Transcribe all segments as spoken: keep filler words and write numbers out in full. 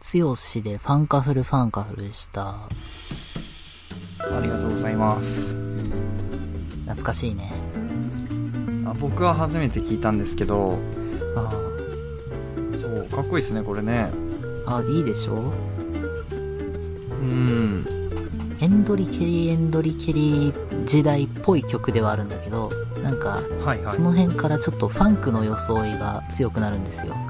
つよしでファンカフルファンカフルでした。 ありがとうございます。 懐かしいね。 あ、僕は初めて聞いたんですけど、 あそうかっこいいですねこれね。 あ、いいでしょ。 うん。 エンドリケリーエンドリケリー時代っぽい曲ではあるんだけど、なんか、 はいはい、 その辺からちょっとファンクの装いが強くなるんですよ。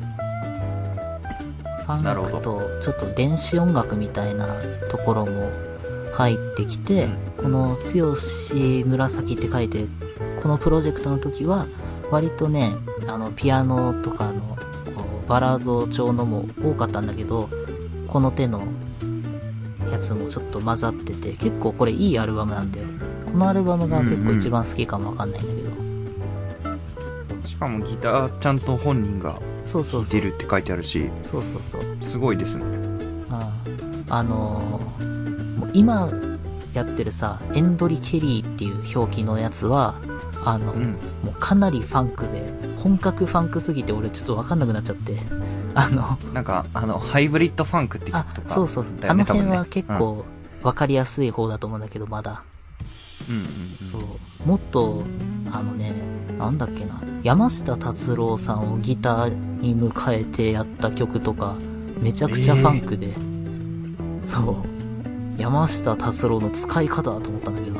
ファンクとちょっと電子音楽みたいなところも入ってきて、うん、このつよし紫って書いてこのプロジェクトの時は割とね、あのピアノとかのこうバラード調のも多かったんだけど、この手のやつもちょっと混ざってて、結構これいいアルバムなんだよ。このアルバムが結構一番好きかもわかんないんだけど、 うんうん、しかもギターちゃんと本人が弾いてるって書いてあるし、 そうそうそう、 すごいですね。 ああ、あのー、もう今やってるさエンドリケリーっていう表記のやつはあの、うん、もうかなりファンクで本格ファンクすぎて俺ちょっと分かんなくなっちゃって、あのなんかあのハイブリッドファンクっていうことか、 あ、そうそうそう、ね、あの辺は結構分かりやすい方だと思うんだけど、まだ、 うんうんうん、 そうもっとあのね、なんだっけな、山下達郎さんをギターに迎えてやった曲とかめちゃくちゃファンクで、えー、そう山下達郎の使い方だと思ったんだけど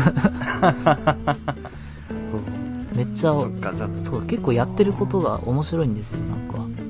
そうめっちゃ、 そっか、じゃそう結構やってることが面白いんですよ、なんか、 うんうん、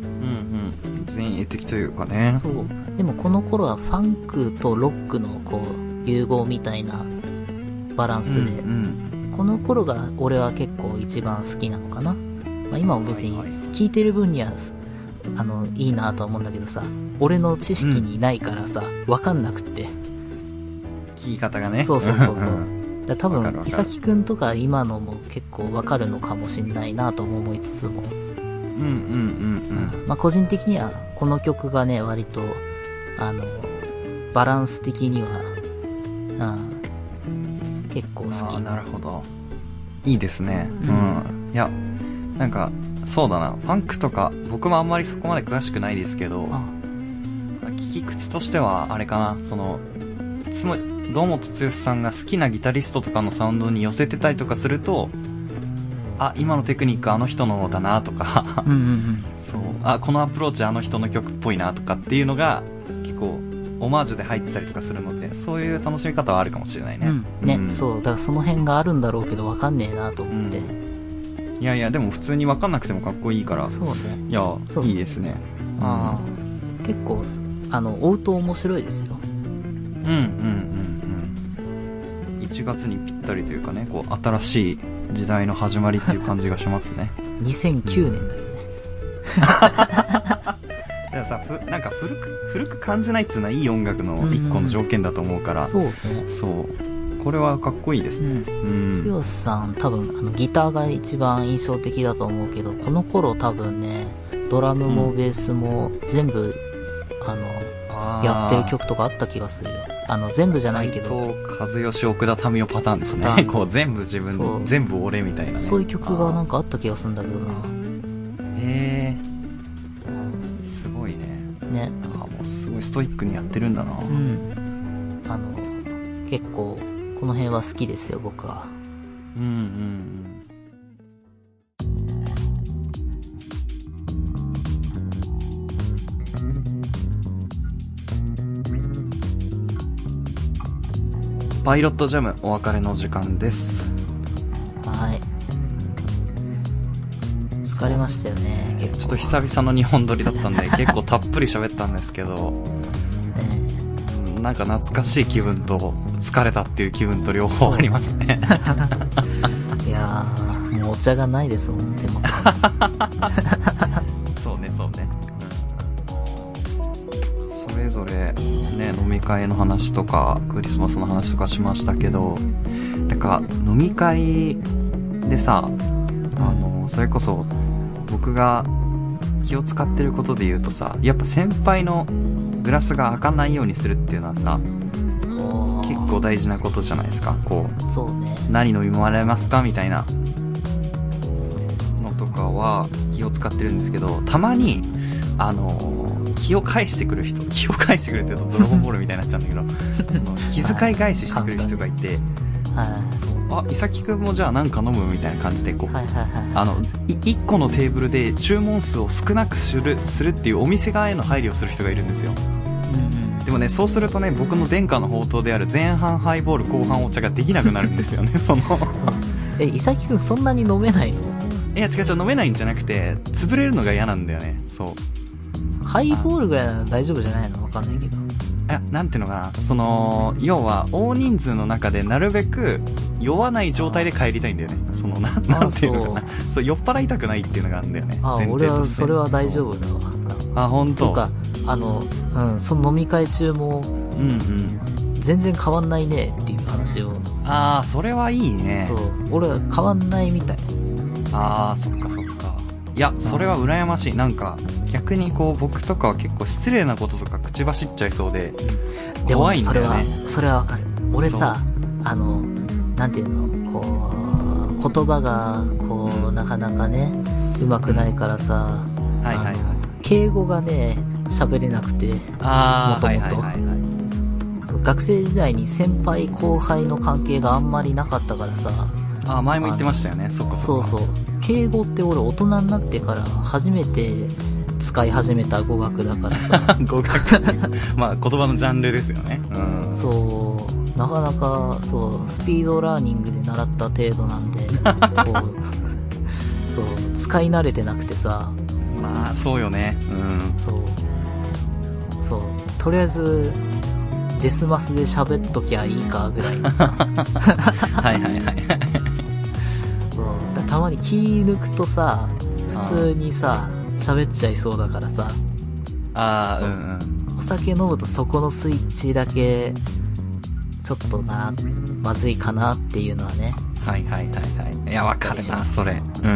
前衛的というかね。 そうでもこの頃はファンクとロックのこう融合みたいなバランスで、うんうん、この頃が俺は結構一番好きなのかな。まあ、今も別に聴いてる分にはあのいいなとは思うんだけどさ、俺の知識にないからさ、うん、分かんなくって聴き方がね。 そうそうそうそうだ多分伊崎くんとか今のも結構分かるのかもしんないなとも思いつつも、うんうんうんうん、 まあ個人的にはこの曲がね割とあのバランス的には、うん、結構好き。 あ、なるほど、いいですね。うん、うん、いやなんかそうだな、ファンクとか僕もあんまりそこまで詳しくないですけど、聞き口としてはあれかな、そのつま堂本剛さんが好きなギタリストとかのサウンドに寄せてたりとかすると、あ、今のテクニックあの人のだなとかうんうん、うん、 そう、あ、このアプローチあの人の曲っぽいなとかっていうのが結構オマージュで入ってたりとかするので、そういう楽しみ方はあるかもしれないね。 うん、ね、 うん、 そうだからその辺があるんだろうけど分かんねえなと思って、うん、 いやいやでも普通に分かんなくてもかっこいいから、 そうね、 いやいいですね。 あ、うん、結構あの追うと面白いですよ。 うんうんうんうん、いちがつにぴったりというかね、こう新しい時代の始まりっていう感じがしますねにせんきゅうねんだけどね、 うん、さふなんか古く古く感じないっていうのはいい音楽の一個の条件だと思うから、 うん、そうね、 そうこれはかっこいいですね。 うん、剛さん多分あのギターが一番印象的だと思うけど、この頃多分ねドラムもベースも全部、うん、あのやってる曲とかあった気がするよ。あの全部じゃないけど斉藤和義奥田民生パターンですね。こう全部自分全部俺みたいなね、 そういう曲がなんかあった気がするんだけどな。 へえー、すごいね。 ね、 あ、もうすごいストイックにやってるんだな。 うん、あの結構この辺は好きですよ僕は。 うんうんうん。パイロットジャムお別れの時間です。 はい、疲れましたよね。結構ちょっと久々のにほん撮りだったんで結構たっぷり喋ったんですけど、ね、なんか懐かしい気分と疲れたっていう気分と両方ありますねいやーもうお茶がないですもん手元にそうねそうね、それぞれね、飲み会の話とかクリスマスの話とかしましたけど、なんか飲み会でさ、あのそれこそ僕が気を使ってることで言うとさ、やっぱ先輩のグラスが開かないようにするっていうのはさ結構大事なことじゃないですか。こう、 そうね、 何飲みまれますかみたいなのとかは気を使ってるんですけど、たまにあのー、気を返してくる人、気を返してくるって言うとドラゴンボールみたいになっちゃうんだけど、その気遣い返ししてくる人がいて、 はい、 そう、あ、いさきくんもじゃあなんか飲むみたいな感じでこう、 はいはいはい、 あのいいっこのテーブルで注文数を少なくするするっていうお店側への配慮をする人がいるんですよ。うんうん、でもね、そうするとね、僕の殿下の宝刀である前半ハイボール後半お茶ができなくなるんですよね。そのえ、いさきくんそんなに飲めないの？ いや違う違う、飲めないんじゃなくて潰れるのが嫌なんだよね。そう、 ハイボールぐらいなら大丈夫じゃないの？わかんないけど。 いや、なんていうのかな、その要は大人数の中でなるべく酔わない状態で帰りたいんだよね。そのな、なんていうのかな、そう、そう酔っ払いたくないっていうのがあるんだよね。 あ、俺はそれは大丈夫だわ。 あ、本当。 とか、あの、うん、その飲み会中も、うんうん、全然変わんないねっていう話を。 ああ、それはいいね。 そう、俺は変わんないみたい。 ああ、そっかそっか。いや、それは羨ましい。なんか逆にこう僕とかは結構失礼なこととか口走っちゃいそうで怖いんだよね。 でもそれはそれはわかる。俺さ、あのなんていうの、こう言葉がこうなかなかね上手くないからさ、はいはいはい、敬語がね喋れなくて、 ああ、もともと、 はいはいはいはい、そう学生時代に先輩後輩の関係があんまりなかったからさ。 あ、前も言ってましたよね。そっかそっか。 そうそう。敬語って俺大人になってから初めて使い始めた語学だからさ。 語学まあ言葉のジャンルですよね。うん。 そう。なかなか、そう、スピードラーニングで習った程度なんで、こう、そう、使い慣れてなくてさ。 まあ、そうよね。うん。 そう。そう。とりあえず、デスマスで喋っときゃいいかぐらいのさ。 はいはいはい。 そうだたまに気抜くとさ、普通にさ、喋っちゃいそうだからさ。 ああ、うんうん。 お酒飲むとそこのスイッチだけ、ちょっとな、まずいかなっていうのはね。 はいはいはいはい。いや、わかるな、それ。うんうん。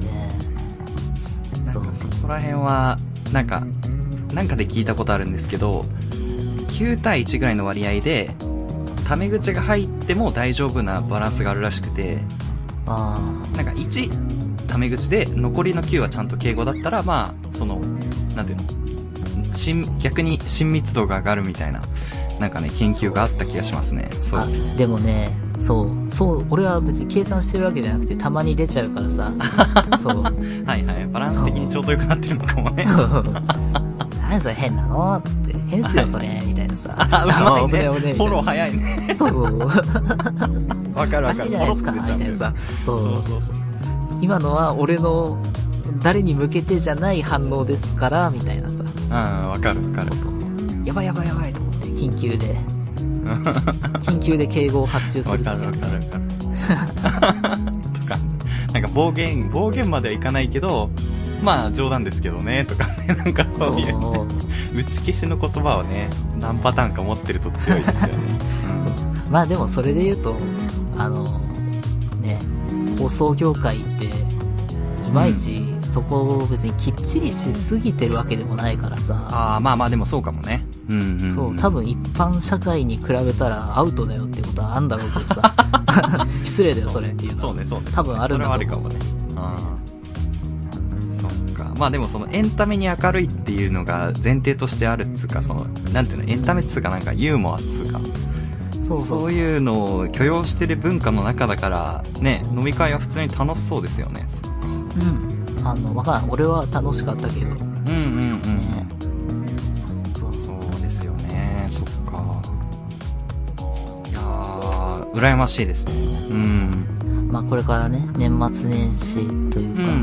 ね、なんかそこら辺は、なんか、なんかで聞いたことあるんですけど、きゅうたいいちぐらいの割合で、タメ口が入っても大丈夫なバランスがあるらしくて、 あなんかいちタメ口で残りのきゅうはちゃんと敬語だったら、まあそのなんていうの、親逆に親密度が上がるみたいな、なんかね研究があった気がしますね。そう。 あ、でもね、そうそう俺は別に計算してるわけじゃなくてたまに出ちゃうからさ。そうはいはい、バランス的にちょうどよくなってるのかもね。 そうそうそう。何それ変なのつって変っすよそれみたいなさ。 あ、うまいね。フォロー早いね。 そうそう。 わかるわかる。 おかしいじゃないですかみたいなさ。そうそうそうそう。 今のは俺の誰に向けてじゃない反応ですからみたいなさ。 うん、わかるわかる。 やばいやばいやばいと思って緊急で緊急で敬語を発注する。 わかるわかるわかる。とかなんか暴言暴言まではいかないけど。まあ冗談ですけどねとかね、なんかそういう打ち消しの言葉をね何パターンか持ってると強いですよね。 うん、まあでもそれで言うとあのね放送業界っていまいちそこを別にきっちりしすぎてるわけでもないからさ。 ああ、まあまあでもそうかもね。うんうんうん、 そう多分一般社会に比べたらアウトだよってことはあんだろうけどさ。失礼だよそれっていうのは。 そうねそうね。 多分あるんだと思う。 それはあるかもね。あまあでもそのエンタメに明るいっていうのが前提としてあるっつうか、そのなんていうの、エンタメっつうかなんかユーモアっつうか、そうそう、そういうのを許容してる文化の中だからね、飲み会は普通に楽しそうですよね。 うん、あのわからん、俺は楽しかったけど。うんうんうん、 ね、そうそうですよね。そっか。いやー羨ましいですね。うん。 まあこれからね年末年始というか。うんうんうん。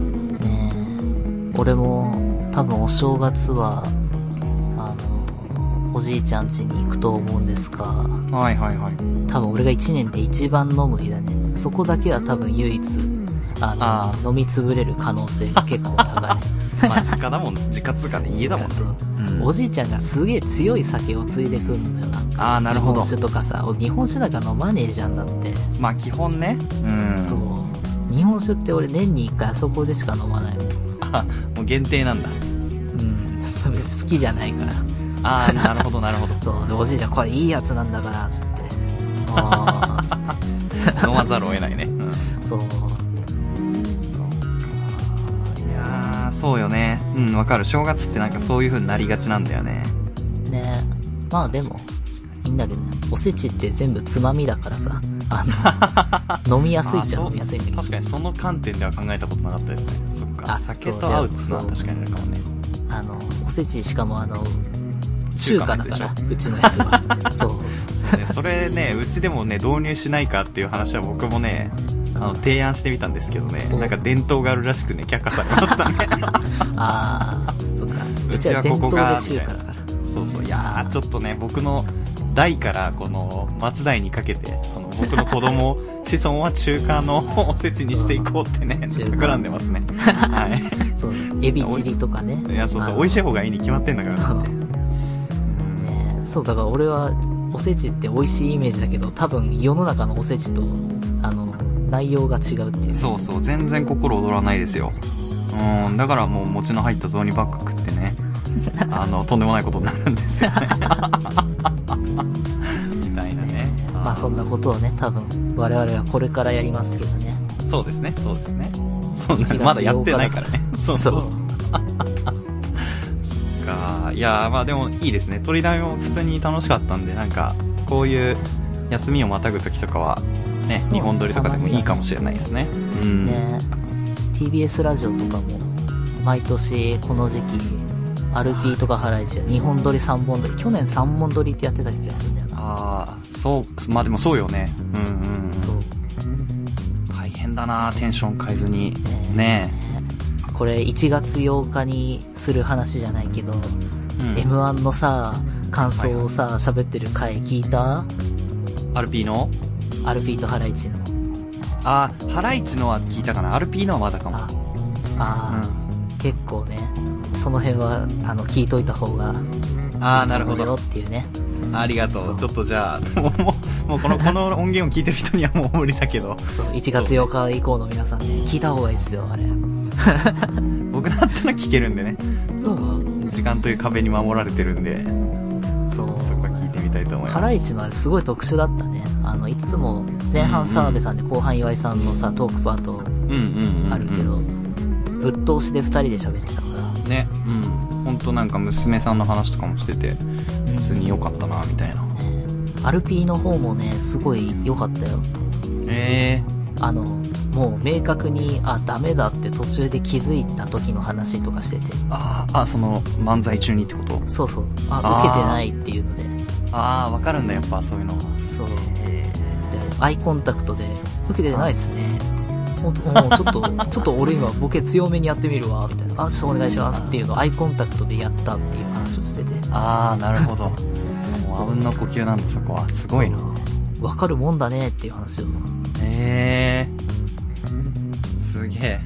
俺も多分お正月はあのおじいちゃん家に行くと思うんですが、 はいはいはい、 多分俺がいちねんで一番飲む日だね。そこだけは多分唯一あのあ飲みつぶれる可能性が結構高い。 まあ実家だもん、実家つうかね、家だもんね、 うん、おじいちゃんがすげえ強い酒をついでくんだよ。なんかあ、なるほど。 日本酒とかさ、日本酒なんか飲まねえじゃんだって。 まあ基本ね、うん、 そう日本酒って俺年にいっかいあそこでしか飲まないもん。 あ、もう限定なんだ。 うん、好きじゃないから。 ああ、なるほどなるほど。 そうでおじいちゃんこれいいやつなんだからつって、あー飲まざるを得ないね。うん、 そう。 そうか。いやーそうよね。うん、わかる。正月ってなんかそういう風になりがちなんだよね。 ね。まあでもいいんだけどね。おせちって全部つまみだからさ、あの飲みやすいっちゃ飲みやすいんだけど。 確かにその観点では考えたことなかったですね。そっか。酒と合うってのは確かにあるかもね。 あのおせちしかもあの中華だからうちのやつはそうそうね。それね、うちでもね導入しないかっていう話は僕もね、あの提案してみたんですけどね、なんか伝統があるらしくね却下されましたね。 ああ、そっか。 うちはここがうちは伝統で中華だから。 そうそう。いやーちょっとね、僕の代からこの末代にかけて、その僕の子供子孫は中華のおせちにしていこうってね企んでますね。はい。 そうエビチリとかね。 いやそうそう、美味しい方がいいに決まってんだからね。 ね、そうだから俺はおせちって美味しいイメージだけど、多分世の中のおせちとあの内容が違うっていう、ね。 そうそう、全然心躍らないですよ。うん、だからもう餅の入った雑煮ばっか食ってね、あのとんでもないことになるんですよね。みたいなね。 まあそんなことをね、多分我々はこれからやりますけどね。 そうですね、そうですね。そんなまだやってないからね。そうそう。そっか。いやーまあでもいいですね。鳥だめも普通に楽しかったんで、なんかこういう休みをまたぐときとかはね、にほん撮りとかでもいいかもしれないですね。うん。 ね、ティービーエス ラジオとかも毎年この時期アールピー とかハライチはにほん撮りさんぼん撮り、去年さんぼん撮りってやってた気がするんだよな。 ああ、そう、まあでもそうよね。うんうん。そう。大変だな、テンション変えずに。ねえ。ねえ、 これいちがつようかにする話じゃないけど、うん、エムワン のさ、感想をさ、喋、はい、ってる回聞いた？ アールピー の？ アールピー とハライチの。 あー、ハライチのは聞いたかな。アールピー のはまだかも。 ああ、うん、結構ね、その辺はあの聞いといた方がいいと思うよっていうね。 ありがとう。ちょっとじゃあ、もう、もうこの、この音源を聞いてる人にはもう無理だけど。 そう、いちがつようか以降の皆さんね、聞いた方がいいっすよ、あれ。 僕だったら聞けるんでね。 そう。 時間という壁に守られてるんで。そう。そこは聞いてみたいと思います。 ハライチのはすごい特殊だったね。あの、いつも前半澤部さんで後半岩井さんのさ、トークパートあるけど、ぶっ通しでふたりで喋ってたから。 ね。うん。ほんとなんか娘さんの話とかもしてて、普通に良かったなみたいな、ね、 アールピー の方もねすごい良かったよ。 えー、あのもう明確にあダメだって途中で気づいた時の話とかしてて、 ああ、その漫才中にってこと？ そうそう、あ受けてないっていうので、 ああ、わかるんだやっぱそういうのは。 そう、えー、でアイコンタクトで受けてないっすねって、ほんともうちょっとちょっと俺今ボケ強めにやってみるわみたいな、あちょっとお願いしますっていうのをアイコンタクトでやったっていう話をしてて、 ああなるほど。もうあうんの呼吸なんだそこは。すごいな。 わかるもんだねっていう話を。 へえー、すげえ。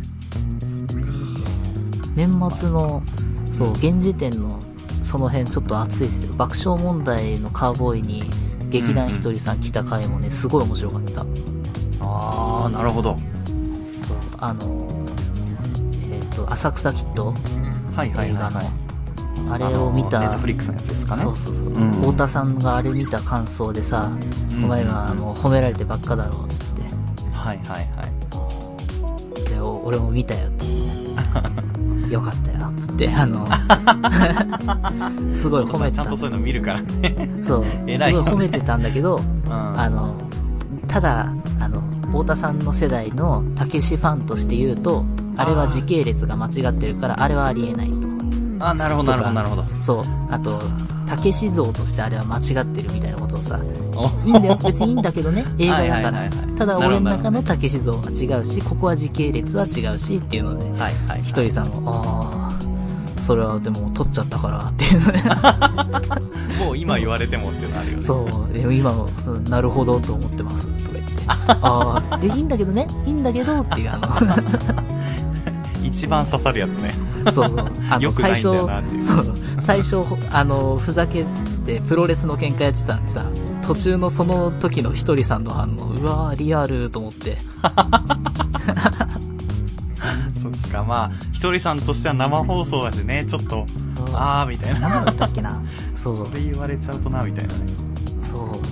年末のそう現時点のその辺ちょっと熱いですよ。爆笑問題のカーボーイに劇団ひとりさん来た回もね、すごい面白かった。 ああなるほど。 そう、あのえっ、ー、と浅草キッド、 はいはいはいはい、映画のあれを見た、 ネットフリックスのやつですかね。 そうそうそう、うん、太田さんがあれ見た感想でさ、うん、お前今もう褒められてばっかだろうっつって、 はいはいはい。 で俺も見たよってよかったよっつって、あのすごい褒めてた。 ちゃんとそういうの見るからね。 そう偉い、ね、すごい褒めてたんだけど、うん、あのただあの太田さんの世代のたけしファンとして言うと、あれは時系列が間違ってるからあれはありえないと。 あ、なるほどなるほどなるほど。 そう、あとたけし像としてあれは間違ってるみたいなことをさ、いいんだよ別にいいんだけどね、映画だから、はいはいはいはい、ただ俺の中のたけし像は違うし、ここは時系列は違うしっていうので、はいはいはい、ひとりさんもああそれはでも撮っちゃったからっていうのねもう今言われてもってなるよね。 そうでも今もなるほどと思ってますとか言ってああいいんだけどね、いいんだけどっていう、あの一番刺さるやつね。 そうそう、あの最初そう最初あのふざけてプロレスの喧嘩やってたのにさ、途中のその時のひとりさんの反応、うわーリアルと思ってそっか、まあひとりさんとしては生放送だしね、ちょっとあーみたいな、 何だったっけなそうそれ言われちゃうとなみたいなね。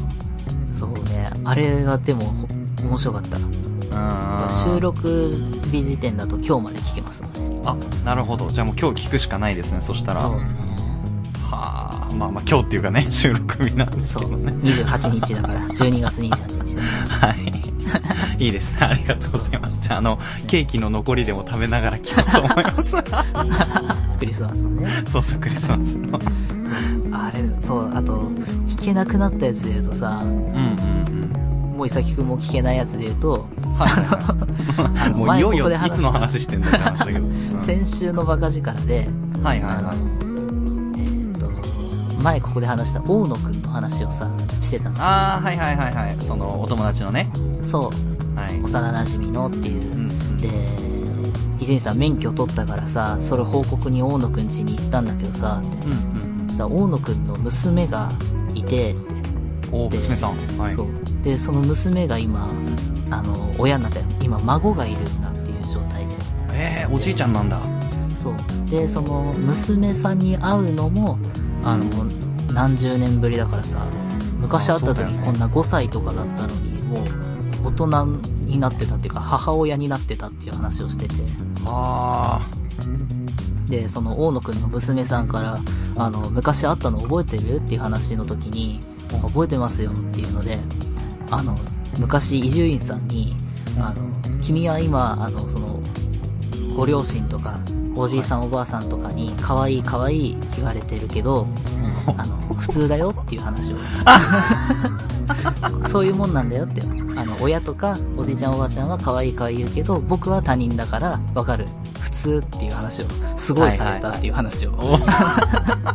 そうそうね、あれはでも面白かった。収録日時点だと今日まで聞けますので。 あ、なるほど。じゃあもう今日聞くしかないですね、そしたら。 そうね。 はあ、まあまあ今日っていうかね、収録日なんですけどね。 にじゅうはちにちだから、じゅうにがつにじゅうはちにちだから。 はい。いいですね。ありがとうございます。じゃあ、あの、ケーキの残りでも食べながら聞こうと思います。 クリスマスのね。 そうそう、クリスマスの。 あれ、そう、あと、聞けなくなったやつで言うとさ、 うんうんうん。 もういさきくんも聞けないやつで言うと、 はいはいはい。もういよいよいつの話してんのって話だけど。うん、 先週のバカ力で、 はいはいはい。 えっと、前ここで話した大野くんの話をさ、してたの。 あー、はいはいはいはい。その、お友達のね。 そう。 はい。 幼馴染のっていう。うんうん、で、伊集院さん免許取ったからさ、それ報告に大野くん家に行ったんだけどさ、って。うんうん、そしたら大野くんの娘がいて、 お娘さん。はい。 そう。で、その娘が今、あの、親になったよ。今、孫がいるんだっていう状態で。 えー、おじいちゃんなんだ。 そう。で、その、娘さんに会うのも、あの、何十年ぶりだからさ、昔会った時こんなごさいとかだったのに、もう、大人になってたっていうか、母親になってたっていう話をしてて。 あー。で、その、大野くんの娘さんから、あの、昔会ったの覚えてるっていう話の時に、覚えてますよっていうので、あの、昔伊集院さんに、あの、君は今、あの、その、ご両親とか、おじいさんおばあさんとかに、可愛い可愛い言われてるけど、あの、普通だよっていう話を。そういうもんなんだよって。あの、親とか、おじいちゃんおばあちゃんは可愛い可愛い言うけど、僕は他人だから、わかる。普通っていう話を、すごいされたっていう話を。 はいはいはい、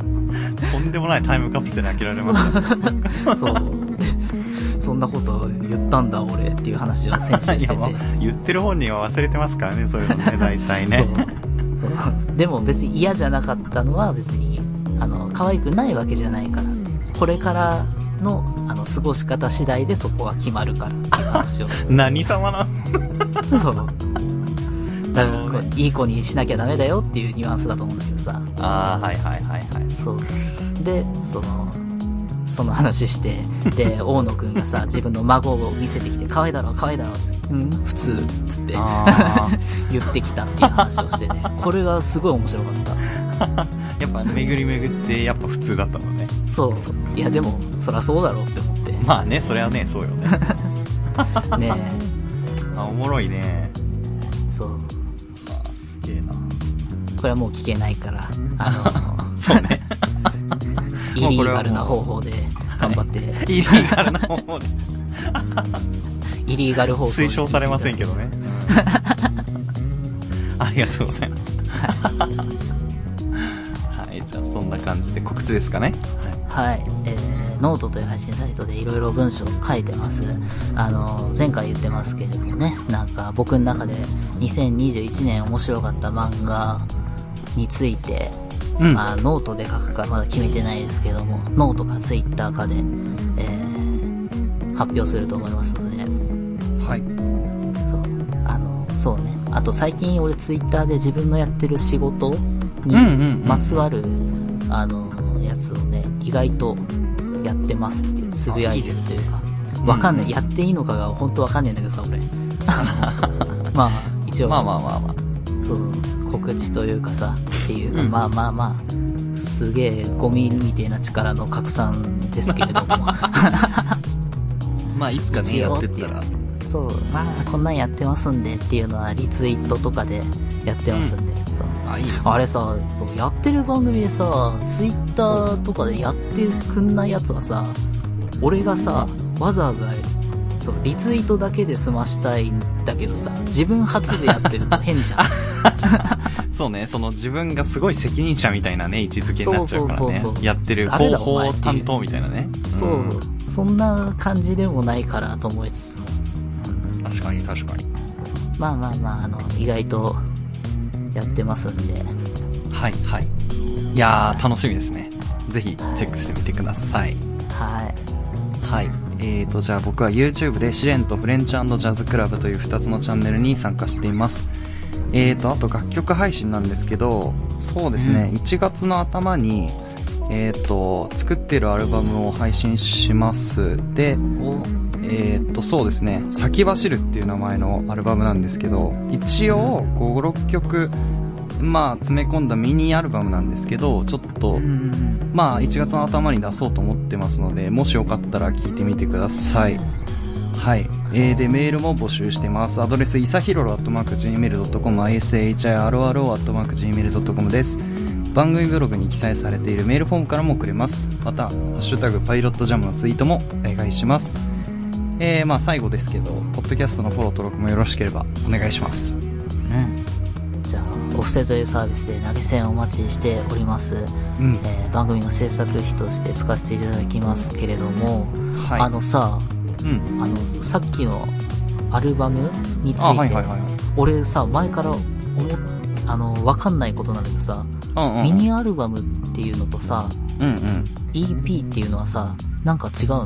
とんでもないタイムカプセル開けられましたね。 そう。そんなこと言ったんだ俺っていう話を先週してて。 言ってる本人は忘れてますからね、そういうのね、大体ね。 そうそうでも別に嫌じゃなかったのは別に、あの、可愛くないわけじゃないから。これからの、あの、過ごし方次第でそこは決まるからっていう話を。 何様なそう。だから、ね、いい子にしなきゃダメだよっていうニュアンスだと思うんだけどさ。 ああ、はいはいはいはい。 そう。で、その、その話して、で、大野くんがさ、自分の孫を見せてきて、可愛いだろ、可愛いだろ、うん、普通、つって、言ってきたっていう話をしてね。これがすごい面白かった。 やっぱ巡り巡ってやっぱ普通だったのね。 そうそう。いやでも、そりゃそうだろうって思って。 まあね、それはね、そうよね。 ねえ。あ、おもろいね。 そう。 あ、すげえな。 これはもう聞けないから、あの、 そうね。 イリーガルな方法で頑張って。 イリーガルな方法で。 イリーガル放送。 推奨されませんけどね。ありがとうございます。はい、じゃあそんな感じで告知ですかね。 はい、はい、えー、ノートという配信サイトでいろいろ文章を書いてます。あの、前回言ってますけれどもね、なんか僕の中でにせんにじゅういちねん面白かった漫画について、うん、まあ、ノートで書くかまだ決めてないですけども、ノートかツイッターかで、えー、発表すると思いますので。 はい。 そう。あの、そうね。あと最近俺ツイッターで自分のやってる仕事にまつわる、うんうんうん、あの、やつをね、意外とやってますっていうつぶやいてるというか、わかんない、うん。やっていいのかが本当わかんないんだけどさ、俺。まあ、一応。 まあまあまあまあ。 そう。告知というかさっていうか、うん、まあまあまあすげえゴミみたいな力の拡散ですけれどもまあいつかねやってったらそうまあこんなんやってますんでっていうのはリツイートとかでやってますんで、うん、 そうあいいですね、 あれさそうやってる番組でさツイッターとかでやってくんないやつはさ俺がさわざわざそうリツイートだけで済ましたいんだけどさ自分初でやってると変じゃんそうね、その自分がすごい責任者みたいなね、位置づけになっちゃうからね。そうそうそうそうやってる広報担当みたいなね。 そうそう、うん。そんな感じでもないからと思いつつも。 確かに確かに。 まあまあまあ、あの、意外とやってますんで。 はいはい。いやー、楽しみですね。ぜひチェックしてみてください。 はい。 はい。えーと、じゃあ僕は YouTube で試練とフレンチ&ジャズクラブというふたつのチャンネルに参加しています。えーと、あと楽曲配信なんですけど、そうですね、うん、いちがつの頭に、えーと、作ってるアルバムを配信します。で、 えー、っとそうですね、先走るっていう名前のアルバムなんですけど、一応ご、ろっきょくまあ詰め込んだミニアルバムなんですけど、ちょっとまあいちがつの頭に出そうと思ってますので、もしよかったら聞いてみてください。はい、えー、でメールも募集してます。アドレスいさひろろ アットマークジーメールドットコム アイエスエイチアイアールオーアールオー アットマークジーメールドットコム です。番組ブログに記載されているメールフォームからも送れます。またハッシュタグパイロットジャムのツイートもお願いします。えー、まあ最後ですけど、ポッドキャストのフォロー登録もよろしければお願いします。 うん。じゃあオフセというサービスで投げ銭をお待ちしております。うん、えー、番組の制作費として使わせていただきますけれども、はい、あのさ、うん、あのさっきのアルバムについて、はいはいはい、俺さ前から思っあの分かんないことなんだけどさ、うんうん、ミニアルバムっていうのとさ、うんうん、イーピー っていうのはさ、なんか違うの？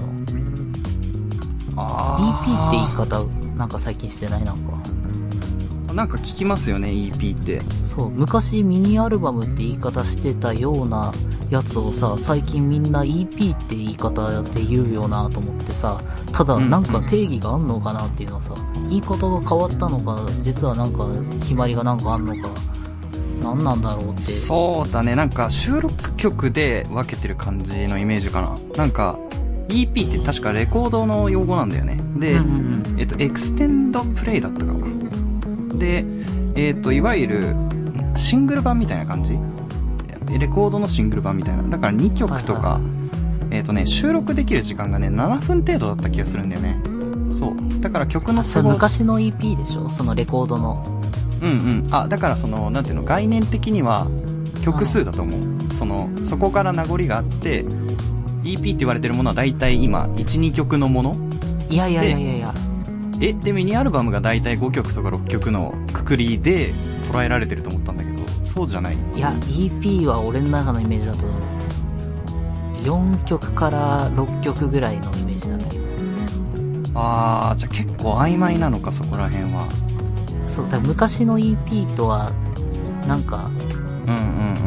あ イーピー って言い方なんか最近してない？なんかなんか聞きますよね イーピー って。 そう、昔ミニアルバムって言い方してたようなやつをさ、最近みんな イーピー って言い方で言うよなと思ってさ、ただなんか定義があんのかなっていうのはさ、うんうん、言い方が変わったのか、実はなんか決まりがなんかあんのか、なんなんだろうって。 そうだね、なんか収録曲で分けてる感じのイメージかな。なんか イーピー って確かレコードの用語なんだよね。で、うんうんうん、えっとエクステンドプレイだったかな。で、えっといわゆるシングル版みたいな感じ、レコードのシングル版みたいな。だからにきょくとか、はいはい、えっとね収録できる時間がねななふん程度だった気がするんだよね。そうだから曲の都合、昔の イーピー でしょ、そのレコードの。 うんうん。あ、だからそのなんていうの、概念的には曲数だと思う。そのそこから名残があって イーピー って言われてるものはだいたい今 いち,に 曲のもの。 いやいやいやいやいや。 えでミニアルバムがだいたいごきょくとかろっきょくのくくりで捉えられてると思ったんだけど、そうじゃない？ いや イーピー は俺の中のイメージだとよんきょくからろっきょくぐらいのイメージなんだけど。 あー、じゃあ結構曖昧なのか、そこら辺は。 そうだ、昔の イーピー とはなんかうんうんうん、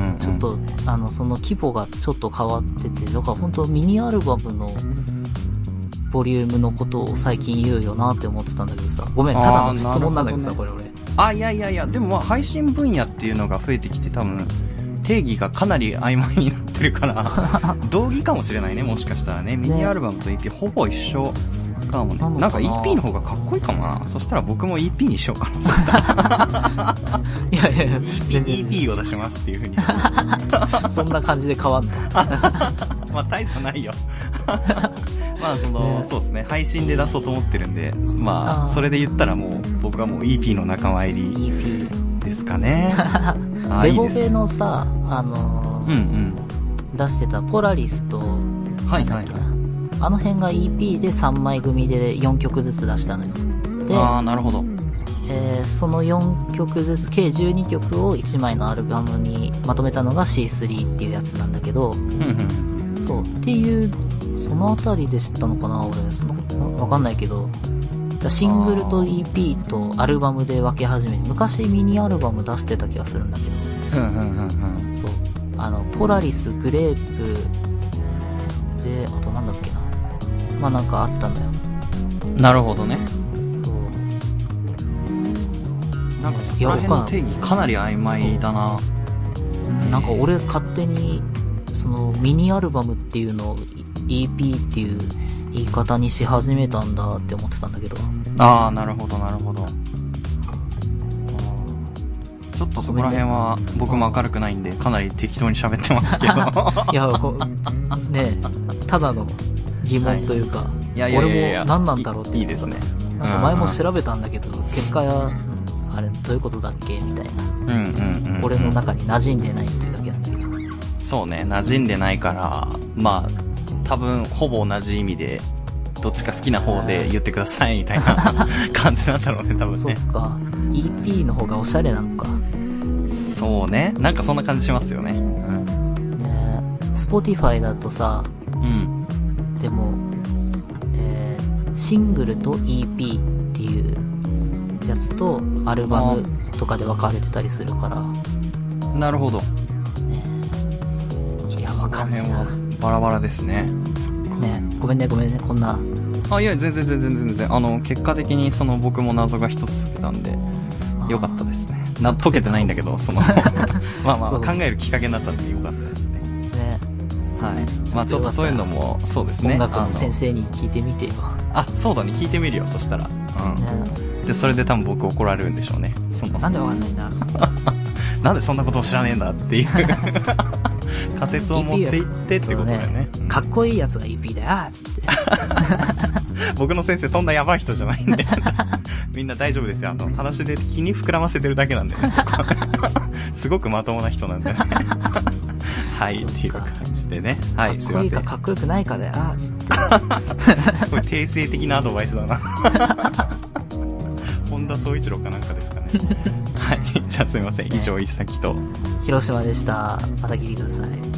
うん、ちょっとあのその規模がちょっと変わってて、だから本当ミニアルバムのボリュームのことを最近言うよなって思ってたんだけどさ、ごめん、ただの質問なんだけどさ、ね、これ俺。 あ、いやいやいや、でもまあ配信分野っていうのが増えてきて、多分定義がかなり曖昧になってるから同義かもしれないね、もしかしたらね。ミニアルバムと イーピー ほぼ一緒かもね。な, なんか イーピー の方がかっこいいかもな。そしたら僕も イーピー にしようかな。そしたらいやいやいや イーピー, イーピー を出しますっていう風にそんな感じで変わんのまあ大差ないよまあその、ね、そうですね、配信で出そうと思ってるんで、まあそれで言ったらもう僕はもう イーピー の仲間入りですかね。 レボベのさ、あのーうんうん、出してたポラリスと、はいはいはい、あの辺が イーピー でさんまい組でよんきょくずつ出したのよ。で、 あー、なるほど。 えー、そのよんきょくずつ計じゅうにきょくをいちまいのアルバムにまとめたのが シースリー っていうやつなんだけど、うんうん、そうっていう、そのあたりで知ったのかな、俺。そのわかんないけど、シングルと イーピー とアルバムで分け始めて、昔ミニアルバム出してた気がするんだけど、うんうんうんうん、そう、あのポラリス、グレープで、あとなんだっけな、まあなんかあったのよ。 なるほどね。そうなんかそこら辺の定義かなり曖昧だな。 なんか俺勝手にそのミニアルバムっていうのを イーピー っていう言い方にし始めたんだって思ってたんだけど。ああ、なるほどなるほど。ちょっとそこら辺は僕も明るくないんでかなり適当に喋ってますけどいやこねえ、ただの疑問というか、はい、いやいやいやいや、俺も何なんだろうってい, いいですね。 なんか前も調べたんだけど、うんうん、結果やあれどういうことだっけみたいな、うんうんうんうん、俺の中に馴染んでないっていうだけなんだけど。 そうね、馴染んでないからまあ多分ほぼ同じ意味でどっちか好きな方で言ってくださいみたいな感じなんだろうね、多分ね。 そっか、 イーピー の方がおしゃれなのか。 そうね、なんかそんな感じしますよね。うん、 ね、Spotify だとさ、うん、でも、えー、シングルと イーピー っていうやつとアルバムとかで分かれてたりするから。 なるほど。ね、 いや、分かんないな。 バラバラですね。 ね、ごめんねごめんね、こんなあ、いや、全然全然全然。あの、結果的にその僕も謎が一つ解けたんで、よかったですね。な、解けてないんだけど、その、まあまあ、考えるきっかけになったんでよかったですね。 ね。 はい。まあちょっとそういうのも、そうですね。 音楽の先生に聞いてみてよ。 あ、そうだね、聞いてみるよ、そしたら。うん。ね、で、それで多分僕怒られるんでしょうね。その。 なんでわかんないんだなんでそんなことを知らねえんだっていう仮説を持っていってってことだよね。 ね、うん、かっこいいやつが イーピー だよーつって僕の先生そんなヤバい人じゃないんでみんな大丈夫ですよ。あの話で気に膨らませてるだけなんで、ね、すごくまともな人なんでねはいっていう感じでね。はい、すいません。かっこいいかかっこよくないかだよーつってすごい定性的なアドバイスだな本田宗一郎かなんかですかねはい、じゃあすいません。以上、一崎と広島でした。また聞いてください。